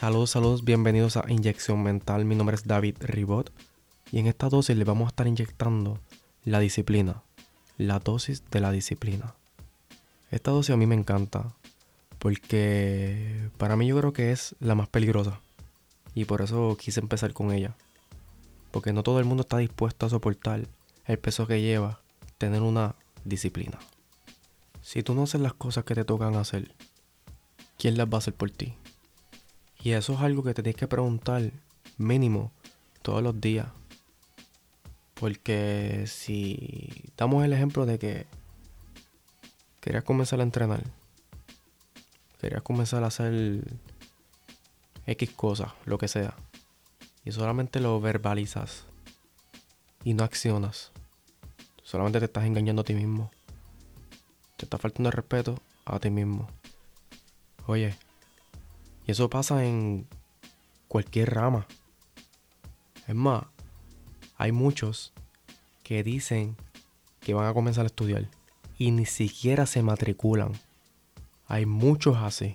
Saludos, bienvenidos a Inyección Mental. Mi nombre es David Ribot y en esta dosis le vamos a estar inyectando la disciplina, la dosis de la disciplina. Esta dosis a mí me encanta porque para mí yo creo que es la más peligrosa y por eso quise empezar con ella. Porque no todo el mundo está dispuesto a soportar el peso que lleva tener una disciplina. Si tú no haces las cosas que te tocan hacer, ¿quién las va a hacer por ti? Y eso es algo que te tienes que preguntar mínimo todos los días. Porque si damos el ejemplo de que querías comenzar a entrenar, querías comenzar a hacer X cosas, lo que sea, y solamente lo verbalizas y no accionas, solamente te estás engañando a ti mismo, te está faltando el respeto a ti mismo. Oye, y eso pasa en cualquier rama. Es más, hay muchos que dicen que van a comenzar a estudiar y ni siquiera se matriculan. Hay muchos así.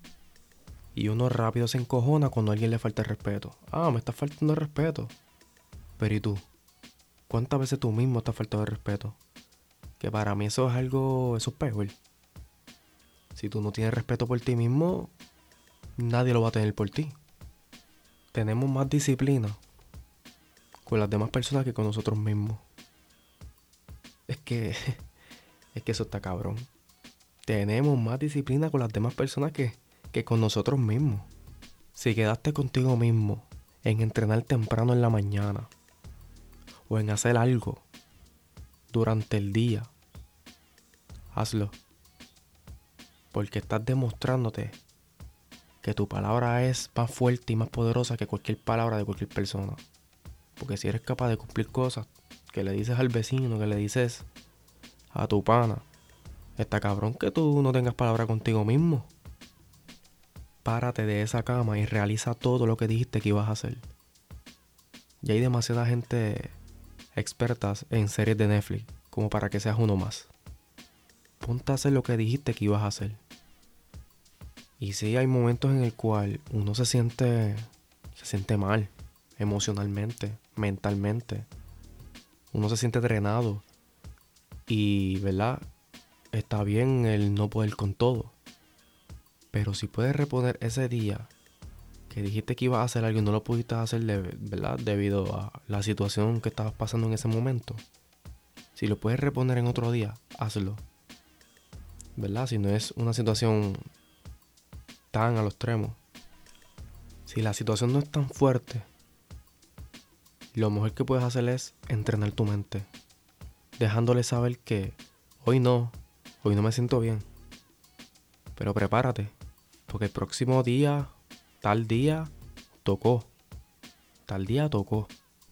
Y uno rápido se encojona cuando a alguien le falta el respeto. Ah, me está faltando el respeto. Pero ¿y tú? ¿Cuántas veces tú mismo te has faltado el respeto? Que para mí eso es peor. Si tú no tienes respeto por ti mismo, nadie lo va a tener por ti. Tenemos más disciplina con las demás personas que con nosotros mismos. Es que, es que eso está cabrón. Tenemos más disciplina con las demás personas que con nosotros mismos. Si quedaste contigo mismo en entrenar temprano en la mañana o en hacer algo durante el día, hazlo. Porque estás demostrándote que tu palabra es más fuerte y más poderosa que cualquier palabra de cualquier persona. Porque si eres capaz de cumplir cosas que le dices al vecino, que le dices a tu pana, está cabrón que tú no tengas palabra contigo mismo. Párate de esa cama y realiza todo lo que dijiste que ibas a hacer. Ya hay demasiada gente expertas en series de Netflix como para que seas uno más. Ponte a hacer lo que dijiste que ibas a hacer. Y sí, hay momentos en el cual uno se siente mal, emocionalmente, mentalmente. Uno se siente drenado. Y, ¿verdad? Está bien el no poder con todo. Pero si puedes reponer ese día que dijiste que ibas a hacer algo y no lo pudiste hacer, ¿verdad? Debido a la situación que estabas pasando en ese momento. Si lo puedes reponer en otro día, hazlo. ¿Verdad? Si no es una situación tan a los extremos. Si la situación no es tan fuerte, lo mejor que puedes hacer es entrenar tu mente. Dejándole saber que hoy no me siento bien. Pero prepárate, porque el próximo día, tal día, tocó. Tal día tocó.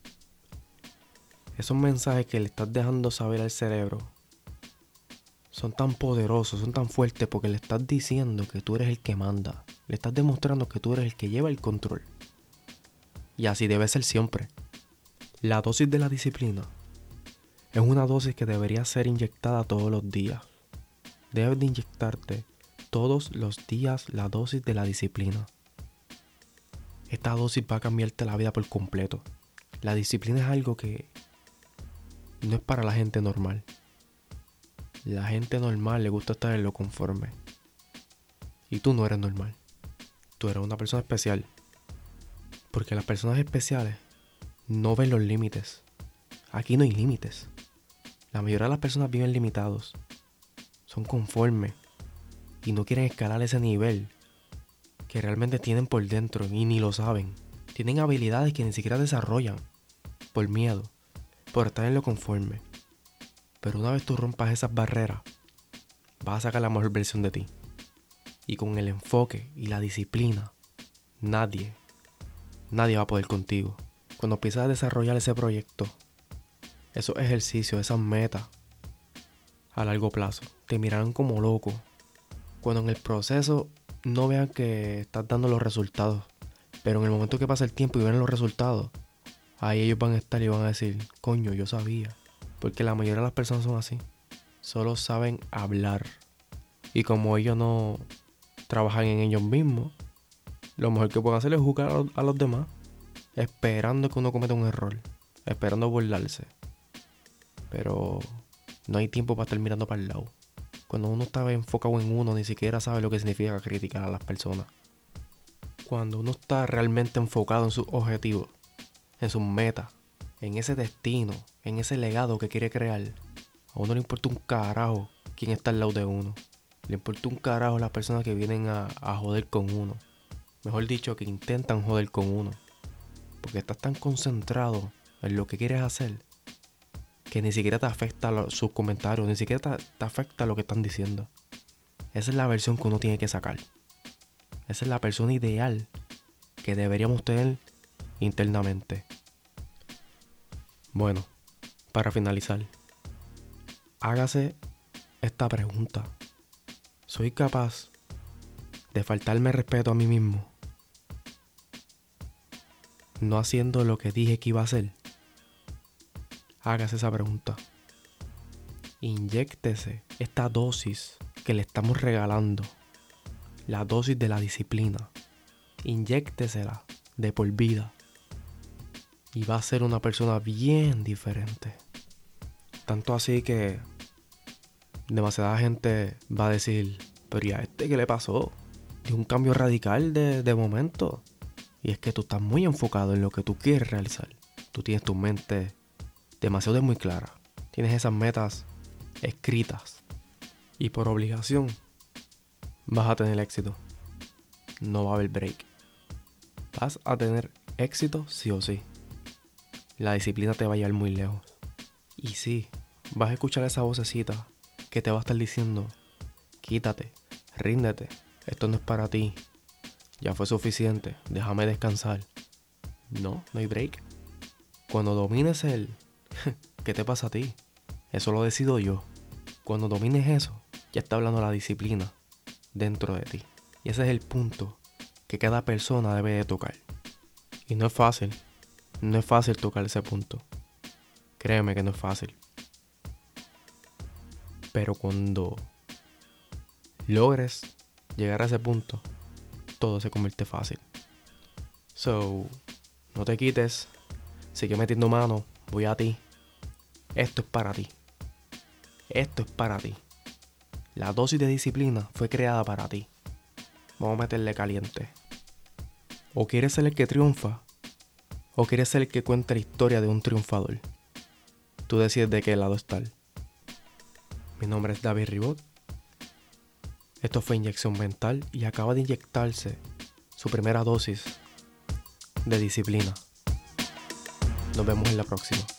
Esos mensajes que le estás dejando saber al cerebro son tan poderosos, son tan fuertes porque le estás diciendo que tú eres el que manda. Le estás demostrando que tú eres el que lleva el control. Y así debe ser siempre. La dosis de la disciplina es una dosis que debería ser inyectada todos los días. Debes de inyectarte todos los días la dosis de la disciplina. Esta dosis va a cambiarte la vida por completo. La disciplina es algo que no es para la gente normal. La gente normal le gusta estar en lo conforme. Y tú no eres normal. Tú eres una persona especial. Porque las personas especiales no ven los límites. Aquí no hay límites. La mayoría de las personas viven limitados. Son conformes. Y no quieren escalar ese nivel que realmente tienen por dentro y ni lo saben. Tienen habilidades que ni siquiera desarrollan. Por miedo. Por estar en lo conforme. Pero una vez tú rompas esas barreras, vas a sacar la mejor versión de ti. Y con el enfoque y la disciplina, nadie va a poder contigo. Cuando empiezas a desarrollar ese proyecto, esos ejercicios, esas metas a largo plazo, te mirarán como loco. Cuando en el proceso no vean que estás dando los resultados, pero en el momento que pasa el tiempo y ven los resultados, ahí ellos van a estar y van a decir, coño, yo sabía. Porque la mayoría de las personas son así. Solo saben hablar. Y como ellos no trabajan en ellos mismos, lo mejor que pueden hacer es juzgar a los demás, esperando que uno cometa un error, esperando burlarse. Pero no hay tiempo para estar mirando para el lado. Cuando uno está enfocado en uno, ni siquiera sabe lo que significa criticar a las personas. Cuando uno está realmente enfocado en sus objetivos, en sus metas, en ese destino, en ese legado que quiere crear, a uno le importa un carajo quién está al lado de uno. Le importa un carajo las personas que vienen a joder con uno. Mejor dicho, que intentan joder con uno. Porque estás tan concentrado en lo que quieres hacer que ni siquiera te afecta sus comentarios, ni siquiera te afecta lo que están diciendo. Esa es la versión que uno tiene que sacar. Esa es la persona ideal que deberíamos tener internamente. Bueno, para finalizar, hágase esta pregunta. ¿Soy capaz de faltarme respeto a mí mismo no haciendo lo que dije que iba a hacer? Hágase esa pregunta. Inyéctese esta dosis que le estamos regalando. La dosis de la disciplina. Inyéctesela de por vida. Y va a ser una persona bien diferente. Tanto así que demasiada gente va a decir, pero ¿y a este qué le pasó? Es un cambio radical de momento. Y es que tú estás muy enfocado en lo que tú quieres realizar. Tú tienes tu mente demasiado muy clara. Tienes esas metas escritas. Y por obligación vas a tener éxito. No va a haber break. Vas a tener éxito sí o sí. La disciplina te va a llevar muy lejos. Y sí, vas a escuchar esa vocecita que te va a estar diciendo, quítate, ríndete, esto no es para ti. Ya fue suficiente, déjame descansar. No hay break. Cuando domines ¿qué te pasa a ti? Eso lo decido yo. Cuando domines eso, ya está hablando la disciplina dentro de ti. Y ese es el punto que cada persona debe de tocar. Y no es fácil. No es fácil tocar ese punto. Créeme que no es fácil. Pero cuando logres llegar a ese punto, todo se convierte fácil. So, no te quites. Sigue metiendo mano. Voy a ti. Esto es para ti. Esto es para ti. La dosis de disciplina fue creada para ti. Vamos a meterle caliente. O quieres ser el que triunfa, o quieres ser el que cuenta la historia de un triunfador. Tú decides de qué lado estar. Mi nombre es David Ribot. Esto fue Inyección Mental y acaba de inyectarse su primera dosis de disciplina. Nos vemos en la próxima.